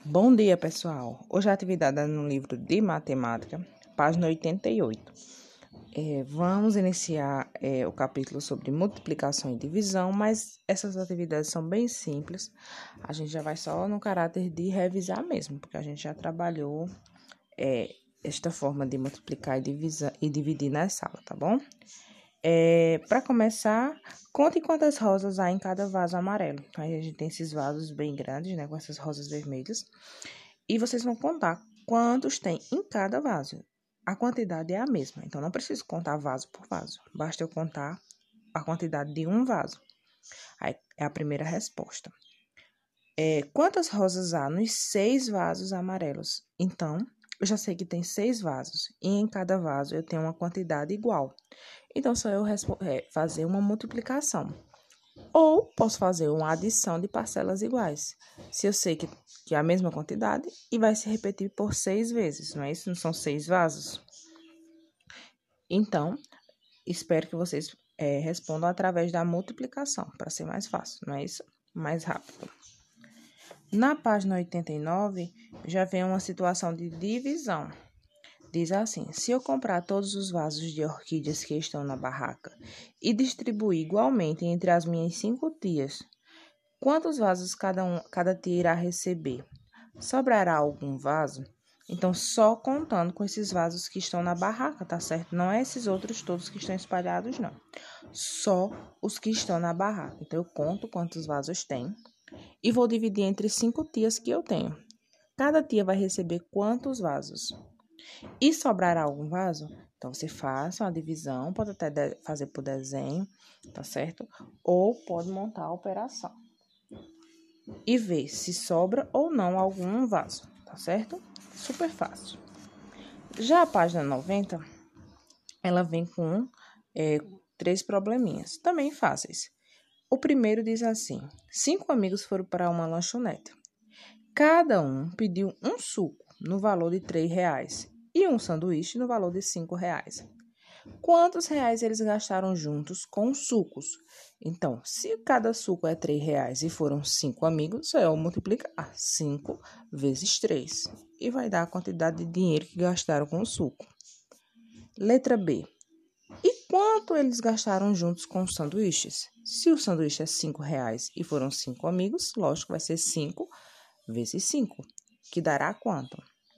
Bom dia, pessoal! Hoje a atividade é no livro de matemática, página 88. Vamos iniciar o capítulo sobre multiplicação e divisão, mas essas atividades são bem simples. A gente já vai só no caráter de revisar mesmo, porque a gente já trabalhou esta forma de multiplicar e dividir na sala, tá bom? Para começar, conte quantas rosas há em cada vaso amarelo. Aí a gente tem esses vasos bem grandes, né, com essas rosas vermelhas. E vocês vão contar quantos tem em cada vaso. A quantidade é a mesma, então não preciso contar vaso por vaso. Basta eu contar a quantidade de um vaso. Aí é a primeira resposta. Quantas rosas há nos 6 vasos amarelos? Então, eu já sei que tem 6 vasos e em cada vaso eu tenho uma quantidade igual. Então, só eu fazer uma multiplicação. Ou posso fazer uma adição de parcelas iguais. Se eu sei que é a mesma quantidade e vai se repetir por 6 vezes, não é isso? Não são 6 vasos? Então, espero que vocês respondam através da multiplicação, para ser mais fácil, não é isso? Mais rápido. Na página 89, já vem uma situação de divisão. Diz assim: se eu comprar todos os vasos de orquídeas que estão na barraca e distribuir igualmente entre as minhas 5 tias, quantos vasos cada tia irá receber? Sobrará algum vaso? Então, só contando com esses vasos que estão na barraca, tá certo? Não é esses outros todos que estão espalhados, não. Só os que estão na barraca. Então, eu conto quantos vasos tem e vou dividir entre 5 tias que eu tenho. Cada tia vai receber quantos vasos? E sobrará algum vaso? Então, você faça uma divisão, pode até fazer por desenho, tá certo? Ou pode montar a operação e ver se sobra ou não algum vaso, tá certo? Super fácil. Já a página 90, ela vem com 3 probleminhas, também fáceis. O primeiro diz assim: 5 amigos foram para uma lanchonete. Cada um pediu um suco no valor de R$3 e um sanduíche no valor de R$5. Quantos reais eles gastaram juntos com os sucos? Então, se cada suco é R$3 e foram 5 amigos, só eu multiplicar 5 vezes 3 e vai dar a quantidade de dinheiro que gastaram com o suco. Letra B. E quanto eles gastaram juntos com os sanduíches? Se o sanduíche é R$5 e foram 5 amigos, lógico, vai ser 5 vezes 5, que dará quanto?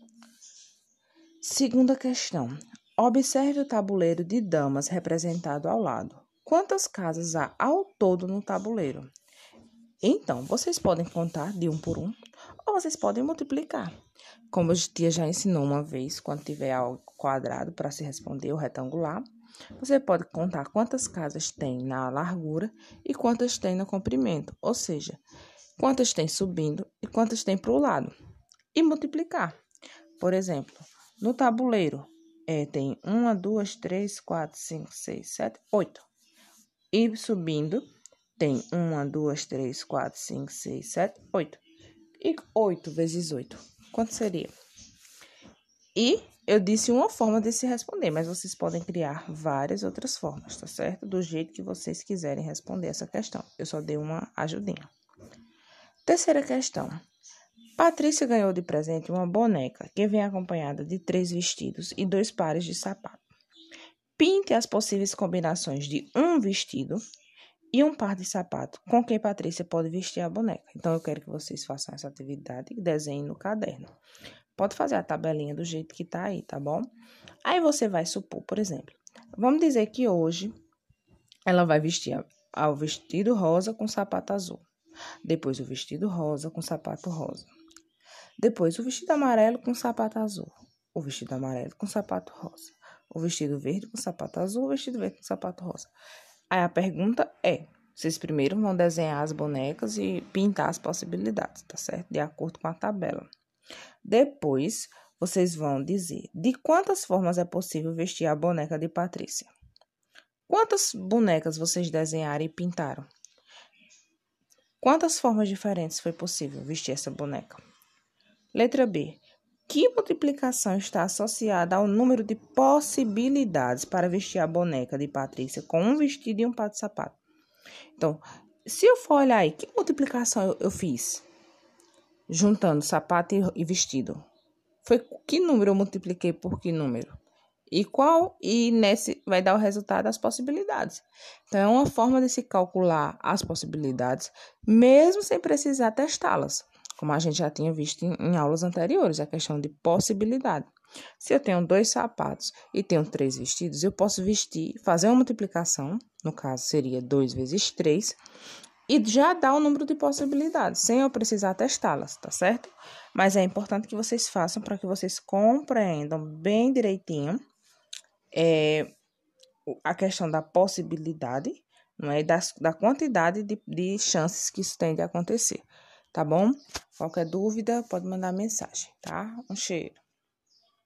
Segunda questão. Observe o tabuleiro de damas representado ao lado. Quantas casas há ao todo no tabuleiro? Então, vocês podem contar de um por um, ou vocês podem multiplicar. Como a tia já ensinou uma vez, quando tiver algo quadrado para se responder, o retangular, você pode contar quantas casas tem na largura e quantas tem no comprimento, ou seja, quantas tem subindo e quantas tem para o lado, e multiplicar. Por exemplo, no tabuleiro, tem 1, 2, 3, 4, 5, 6, 7, 8. E subindo, tem 1, 2, 3, 4, 5, 6, 7, 8. E 8 vezes 8, quanto seria? E eu disse uma forma de se responder, mas vocês podem criar várias outras formas, tá certo? Do jeito que vocês quiserem responder essa questão. Eu só dei uma ajudinha. Terceira questão. Patrícia ganhou de presente uma boneca que vem acompanhada de 3 vestidos e 2 pares de sapato. Pinte as possíveis combinações de um vestido e um par de sapato com quem Patrícia pode vestir a boneca. Então, eu quero que vocês façam essa atividade e desenhem no caderno. Pode fazer a tabelinha do jeito que tá aí, tá bom? Aí você vai supor, por exemplo, vamos dizer que hoje ela vai vestir o vestido rosa com sapato azul. Depois o vestido rosa com sapato rosa. Depois o vestido amarelo com sapato azul. O vestido amarelo com sapato rosa. O vestido verde com sapato azul. O vestido verde com sapato rosa. Aí a pergunta é: vocês primeiro vão desenhar as bonecas e pintar as possibilidades, tá certo? De acordo com a tabela. Depois, vocês vão dizer de quantas formas é possível vestir a boneca de Patrícia. Quantas bonecas vocês desenharam e pintaram? Quantas formas diferentes foi possível vestir essa boneca? Letra B. Que multiplicação está associada ao número de possibilidades para vestir a boneca de Patrícia com um vestido e um par de sapato? Então, se eu for olhar aí, que multiplicação eu fiz? juntando sapato e vestido? Foi que número eu multipliquei por que número? E nesse vai dar o resultado das possibilidades. Então, é uma forma de se calcular as possibilidades, mesmo sem precisar testá-las, como a gente já tinha visto em aulas anteriores, a questão de possibilidade. Se eu tenho 2 sapatos e tenho 3 vestidos, eu posso fazer uma multiplicação, no caso seria 2 vezes 3, e já dá o número de possibilidades, sem eu precisar testá-las, tá certo? Mas é importante que vocês façam para que vocês compreendam bem direitinho a questão da possibilidade, não é? Da quantidade de chances que isso tem de acontecer, tá bom? Qualquer dúvida, pode mandar mensagem, tá? Um cheiro.